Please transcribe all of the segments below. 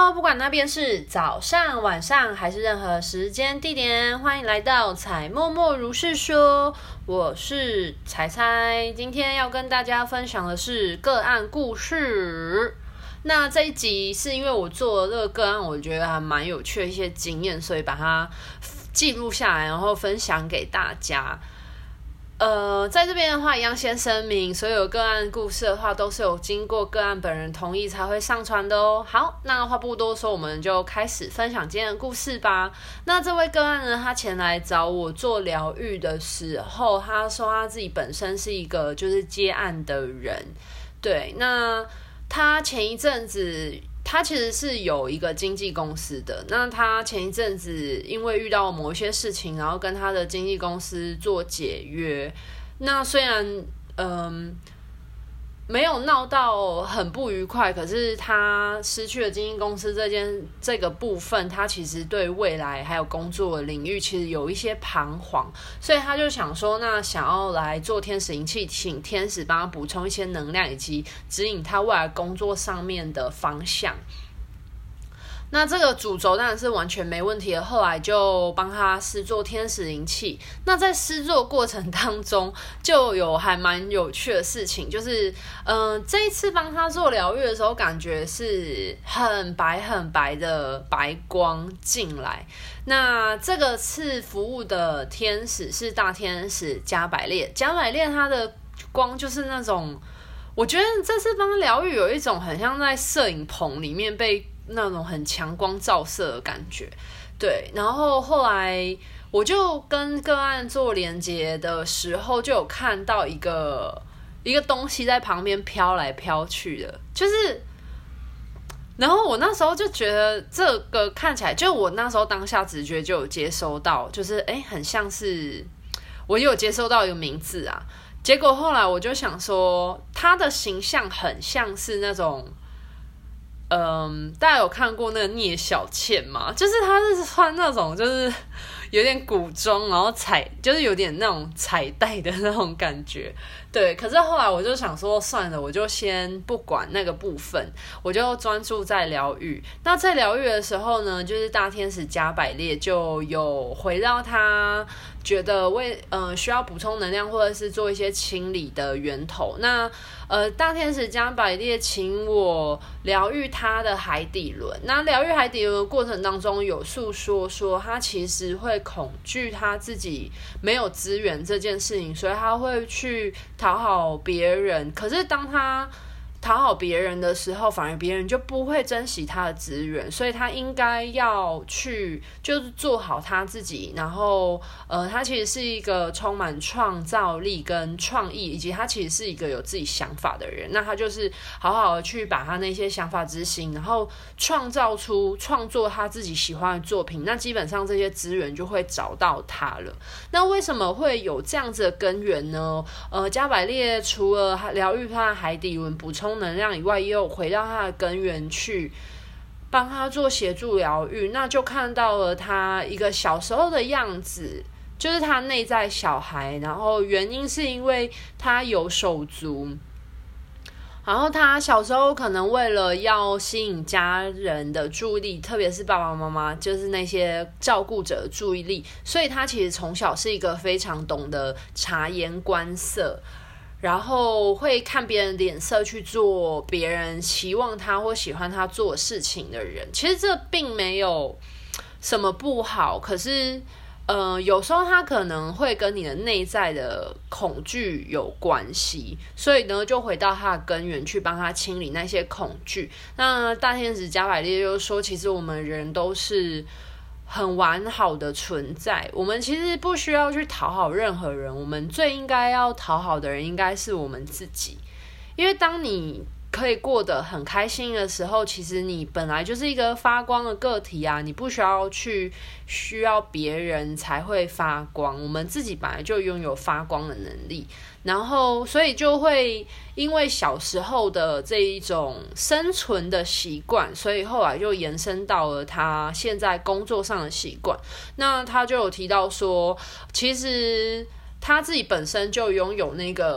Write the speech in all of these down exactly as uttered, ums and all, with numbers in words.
Hello， 不管那边是早上、晚上还是任何时间地点，欢迎来到彩默默如是说，我是彩彩。今天要跟大家分享的是个案故事。那这一集是因为我做了这个个案，我觉得还蛮有趣的一些经验，所以把它记录下来，然后分享给大家。呃，在这边的话，一样先声明，所有个案故事的话，都是有经过个案本人同意才会上传的哦。好，那话不多说，我们就开始分享今天的故事吧。那这位个案呢，他前来找我做疗愈的时候，他说他自己本身是一个就是接案的人，对，那他前一阵子。他其实是有一个经纪公司的，那他前一阵子因为遇到某一些事情，然后跟他的经纪公司做解约。那虽然嗯没有闹到很不愉快，可是他失去了经纪公司这件这个部分，他其实对未来还有工作的领域其实有一些彷徨，所以他就想说，那想要来做天使灵气，请天使帮他补充一些能量，以及指引他未来工作上面的方向。那这个主轴当然是完全没问题的，后来就帮他施作天使灵气。那在施作过程当中，就有还蛮有趣的事情，就是嗯、呃，这一次帮他做疗愈的时候，感觉是很白很白的白光进来。那这个次服务的天使是大天使加百列，加百列他的光就是那种，我觉得这次帮他疗愈有一种很像在摄影棚里面被那种很强光照射的感觉，对。然后后来我就跟个案做连结的时候，就有看到一个一个东西在旁边飘来飘去的，就是，然后我那时候就觉得这个看起来，就我那时候当下直觉就有接收到，就是哎，很像是我有接收到一个名字啊。结果后来我就想说，他的形象很像是那种。嗯，大家有看过那个聂小倩吗？就是她是穿那种就是有点古装，然后彩就是有点那种彩带的那种感觉，对。可是后来我就想说，算了，我就先不管那个部分，我就专注在疗愈。那在疗愈的时候呢，就是大天使加百列就有回到他觉得为呃需要补充能量或者是做一些清理的源头。那呃大天使加百列请我疗愈他的海底轮。那疗愈海底轮的过程当中，有诉说说他其实会恐惧他自己没有资源这件事情，所以他会去讨好别人。可是当他讨好别人的时候，反而别人就不会珍惜他的资源，所以他应该要去就是做好他自己。然后呃，他其实是一个充满创造力跟创意，以及他其实是一个有自己想法的人。那他就是好好的去把他那些想法执行，然后创造出创作他自己喜欢的作品。那基本上这些资源就会找到他了。那为什么会有这样子的根源呢？呃，加百列除了疗愈他的海底轮补充能量以外，也有回到他的根源去帮他做协助疗愈。那就看到了他一个小时候的样子，就是他内在小孩，然后原因是因为他有手足，然后他小时候可能为了要吸引家人的注意力，特别是爸爸妈妈，就是那些照顾者的注意力，所以他其实从小是一个非常懂得察言观色，然后会看别人脸色去做别人期望他或喜欢他做事情的人。其实这并没有什么不好，可是呃，有时候他可能会跟你的内在的恐惧有关系，所以呢，就回到他的根源去帮他清理那些恐惧。那大天使加百列就说，其实我们人都是很完好的存在，我们其实不需要去讨好任何人，我们最应该要讨好的人应该是我们自己。因为当你可以过得很开心的时候，其实你本来就是一个发光的个体啊，你不需要去需要别人才会发光，我们自己本来就拥有发光的能力。然后所以就会因为小时候的这一种生存的习惯，所以后来就延伸到了他现在工作上的习惯。那他就有提到说，其实他自己本身就拥有那个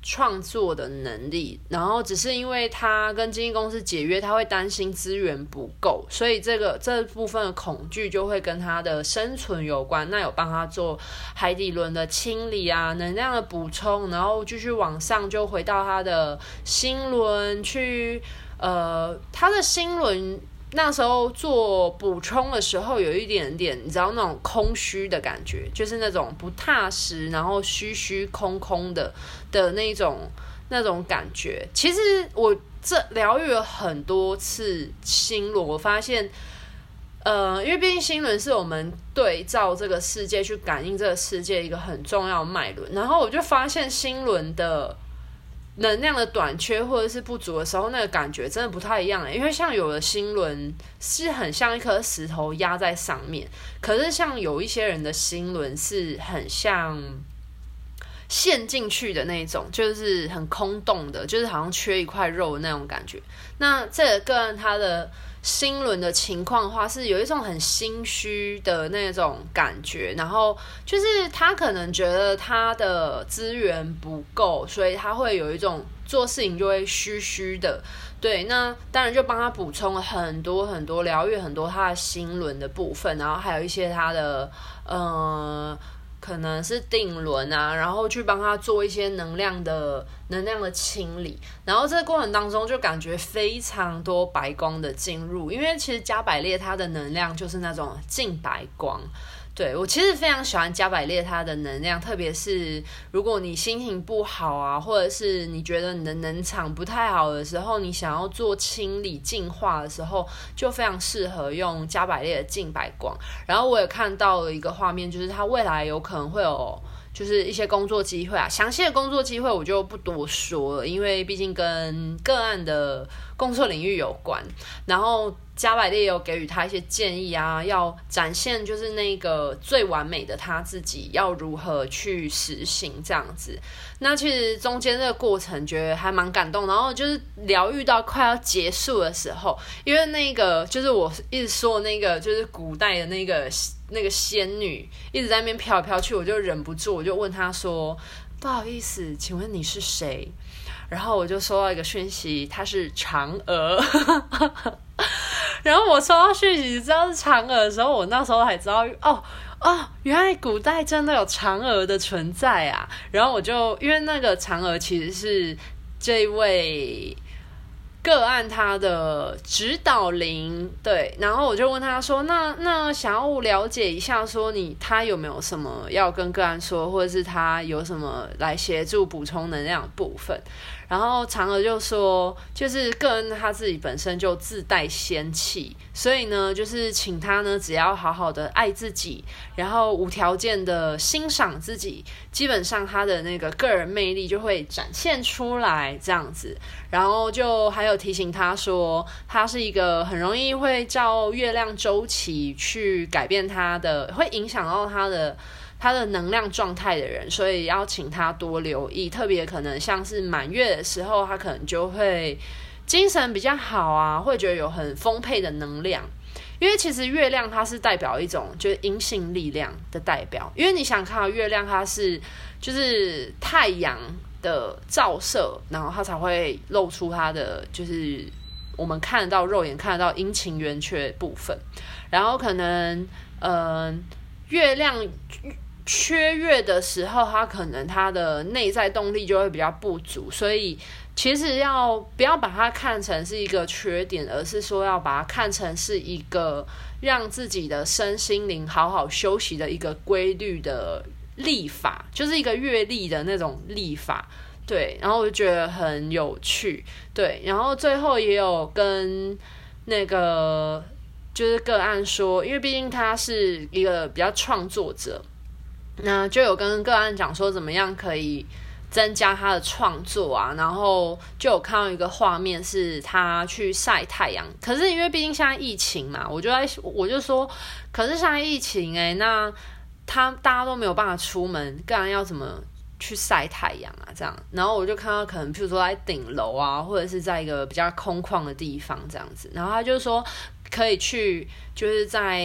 创作的能力，然后只是因为他跟经纪公司解约，他会担心资源不够，所以这个这部分的恐惧就会跟他的生存有关。那有帮他做海底轮的清理啊，能量的补充，然后继续往上就回到他的心轮去，呃，他的心轮。那时候做补充的时候，有一点点你知道那种空虚的感觉，就是那种不踏实，然后虚虚空空的的那种那种感觉。其实我这疗愈了很多次心轮，我发现，呃，因为毕竟心轮是我们对照这个世界去感应这个世界一个很重要的脉轮，然后我就发现心轮的能量的短缺或者是不足的时候，那个感觉真的不太一样。因为像有的心轮是很像一颗石头压在上面，可是像有一些人的心轮是很像陷进去的那种，就是很空洞的，就是好像缺一块肉的那种感觉。那这个个人他的心轮的情况的话，是有一种很心虚的那种感觉，然后就是他可能觉得他的资源不够，所以他会有一种做事情就会虚虚的。对，那当然就帮他补充了很多很多，疗愈很多他的心轮的部分，然后还有一些他的呃可能是定轮啊，然后去帮他做一些能量的能量的清理，然后这个过程当中就感觉非常多白光的进入，因为其实加百列它的能量就是那种净白光。对，我其实非常喜欢加百列它的能量，特别是如果你心情不好啊，或者是你觉得你的能场不太好的时候，你想要做清理净化的时候，就非常适合用加百列的净白光。然后我也看到了一个画面，就是它未来有可能会有就是一些工作机会啊，详细的工作机会我就不多说了，因为毕竟跟个案的工作领域有关。然后加百列有给予他一些建议啊，要展现就是那个最完美的他自己要如何去实行这样子。那其实中间这个过程觉得还蛮感动，然后就是疗愈到快要结束的时候，因为那个就是我一直说那个就是古代的那个那个仙女一直在那边飘来飘去，我就忍不住我就问她说，不好意思，请问你是谁？然后我就收到一个讯息，她是嫦娥。然后我收到讯息知道是嫦娥的时候，我那时候还知道哦哦，原来古代真的有嫦娥的存在啊。然后我就因为那个嫦娥其实是这位个案他的指导灵，对，然后我就问他说，那那想要了解一下说你他有没有什么要跟个案说，或者是他有什么来协助补充能量的部分。然后嫦娥就说，就是个人他自己本身就自带仙气，所以呢就是请他呢只要好好的爱自己，然后无条件的欣赏自己，基本上他的那个个人魅力就会展现出来这样子。然后就还有提醒他说，他是一个很容易会照月亮周期去改变他的，会影响到他的他的能量状态的人，所以要请他多留意，特别可能像是满月的时候，他可能就会精神比较好啊，会觉得有很丰沛的能量。因为其实月亮它是代表一种就是阴性力量的代表，因为你想看到月亮它是就是太阳的照射，然后它才会露出它的就是我们看得到肉眼看得到阴晴圆缺的部分，然后可能呃月亮缺月的时候，它可能它的内在动力就会比较不足，所以其实要不要把它看成是一个缺点，而是说要把它看成是一个让自己的身心灵好好休息的一个规律的历法，就是一个月历的那种历法。对，然后我就觉得很有趣。对，然后最后也有跟那个就是个案说，因为毕竟他是一个比较创作者，那就有跟个案讲说怎么样可以增加他的创作啊，然后就有看到一个画面是他去晒太阳，可是因为毕竟现在疫情嘛，我就在我就说，可是现在疫情哎、欸，那他大家都没有办法出门，个案要怎么去晒太阳啊？这样，然后我就看到可能譬如说在顶楼啊，或者是在一个比较空旷的地方这样子，然后他就说可以去就是在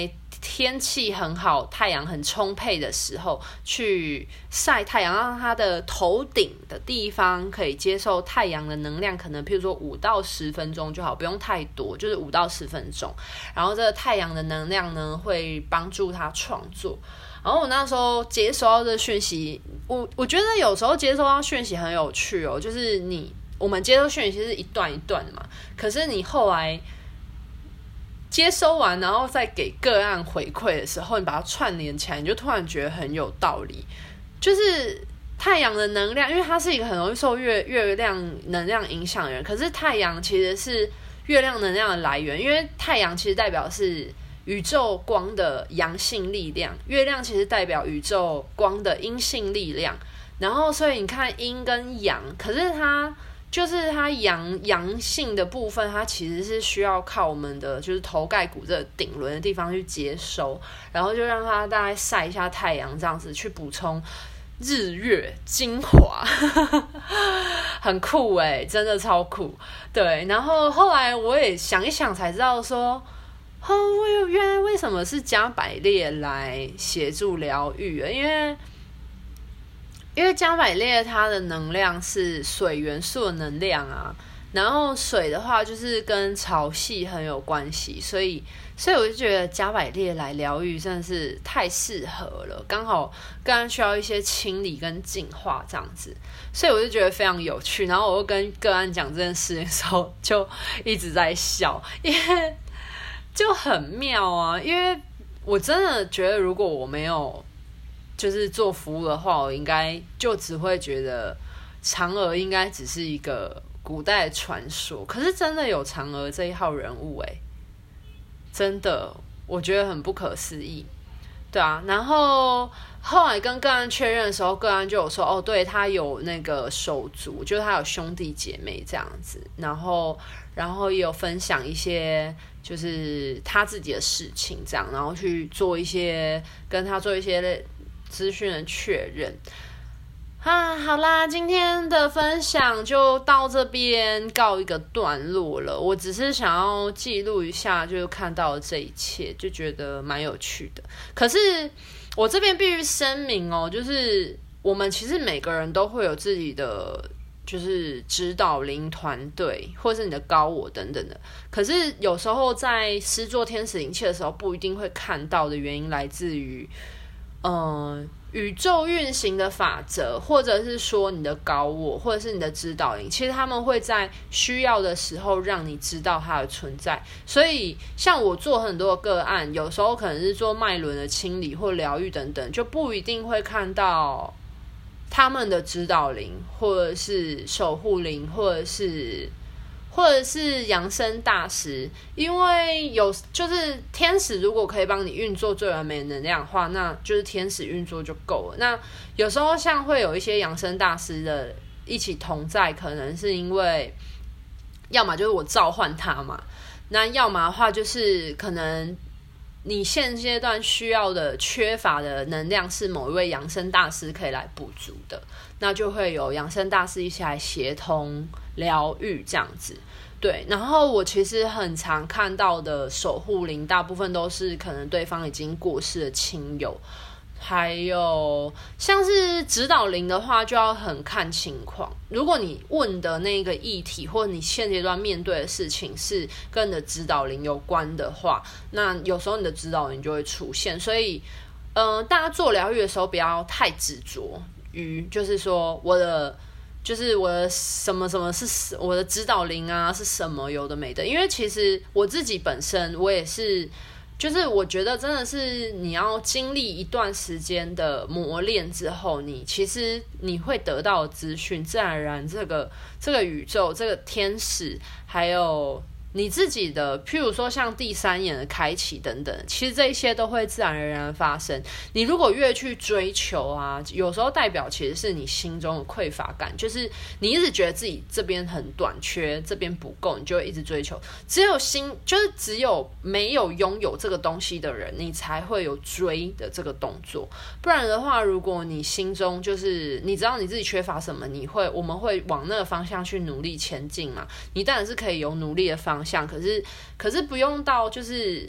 天气很好，太阳很充沛的时候去晒太阳，让它的头顶的地方可以接受太阳的能量，可能譬如说五到十分钟就好，不用太多，就是五到十分钟。然后这个太阳的能量呢，会帮助它创作。然后我那时候接收到这讯息，我我觉得有时候接收到讯息很有趣哦，就是你我们接收讯息是一段一段的嘛，可是你后来接收完，然后再给个案回馈的时候，你把它串联起来，你就突然觉得很有道理。就是太阳的能量，因为它是一个很容易受月月亮能量影响的人，可是太阳其实是月亮能量的来源，因为太阳其实代表是宇宙光的阳性力量，月亮其实代表宇宙光的阴性力量。然后所以你看阴跟阳，可是它就是它阳阳性的部分，它其实是需要靠我们的就是头盖骨这个顶轮的地方去接收，然后就让它大概晒一下太阳，这样子去补充日月精华，很酷欸，真的超酷。对，然后后来我也想一想才知道说，哦，原来为什么是加百列来协助疗愈，因为。因为加百列它的能量是水元素的能量啊，然后水的话就是跟潮汐很有关系，所以所以我就觉得加百列来疗愈真的是太适合了，刚好刚刚需要一些清理跟净化这样子，所以我就觉得非常有趣。然后我又跟个案讲这件事的时候，就一直在笑，因为就很妙啊，因为我真的觉得如果我没有就是做服务的话，我应该就只会觉得嫦娥应该只是一个古代的传说，可是真的有嫦娥这一号人物欸，真的我觉得很不可思议。对啊，然后后来跟个案确认的时候，个案就有说哦，对，他有那个手足，就是他有兄弟姐妹这样子，然后然后也有分享一些就是他自己的事情这样，然后去做一些跟他做一些资讯的确认啊。好啦，今天的分享就到这边告一个段落了。我只是想要记录一下，就是看到这一切，就觉得蛮有趣的。可是我这边必须声明哦，就是我们其实每个人都会有自己的就是指导灵团队，或是你的高我等等的。可是有时候在施作天使灵气的时候，不一定会看到的原因来自于嗯，宇宙运行的法则，或者是说你的高我，或者是你的指导灵，其实他们会在需要的时候让你知道它的存在。所以像我做很多个案，有时候可能是做脉轮的清理或疗愈等等，就不一定会看到他们的指导灵，或者是守护灵，或者是或者是扬升大师，因为有就是天使如果可以帮你运作最完美的能量的话，那就是天使运作就够了。那有时候像会有一些扬升大师的一起同在，可能是因为要么就是我召唤他嘛，那要么的话就是可能你现阶段需要的缺乏的能量是某一位扬升大师可以来补足的，那就会有扬升大师一起来协同疗愈这样子。对，然后我其实很常看到的守护灵大部分都是可能对方已经过世的亲友，还有像是指导灵的话就要很看情况，如果你问的那个议题或者你现阶段面对的事情是跟你的指导灵有关的话，那有时候你的指导灵就会出现。所以呃，大家做疗愈的时候不要太执着于就是说我的就是我的什么什么是我的指导灵啊是什么有的没的，因为其实我自己本身我也是就是我觉得真的是你要经历一段时间的磨练之后，你其实你会得到的资讯自然而然这个这个宇宙这个天使还有你自己的譬如说像第三眼的开启等等，其实这一些都会自然而然发生。你如果越去追求啊，有时候代表其实是你心中的匮乏感，就是你一直觉得自己这边很短缺，这边不够，你就会一直追求。只有心就是只有没有拥有这个东西的人，你才会有追的这个动作。不然的话，如果你心中就是你知道你自己缺乏什么，你会我们会往那个方向去努力前进嘛，你当然是可以有努力的方向，可是可是不用到就是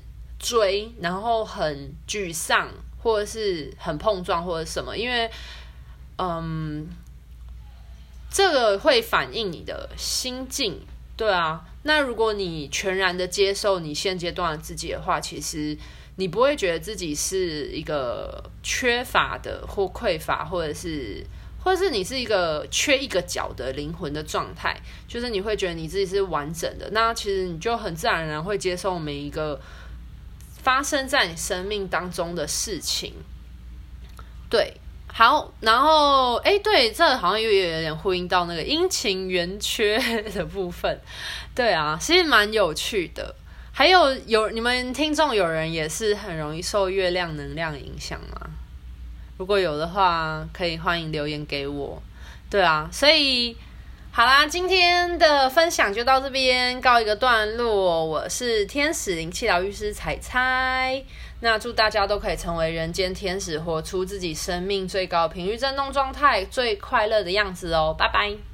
追，然后很沮丧，或者是很碰撞，或者什么，因为嗯，这个会反映你的心境，对啊。那如果你全然的接受你现阶段的自己的话，其实你不会觉得自己是一个缺乏的或匮乏，或者是或者是你是一个缺一个角的灵魂的状态，就是你会觉得你自己是完整的，那其实你就很自然而然会接受每一个发生在你生命当中的事情。对，好，然后哎，对，这好像又有点呼应到那个阴晴圆缺的部分。对啊，其实蛮有趣的。还有有你们听众有人也是很容易受月亮能量影响吗？如果有的话，可以欢迎留言给我。对啊，所以好啦，今天的分享就到这边告一个段落。我是天使灵气疗愈师彩彩，那祝大家都可以成为人间天使，活出自己生命最高频率振动状态，最快乐的样子哦。拜拜。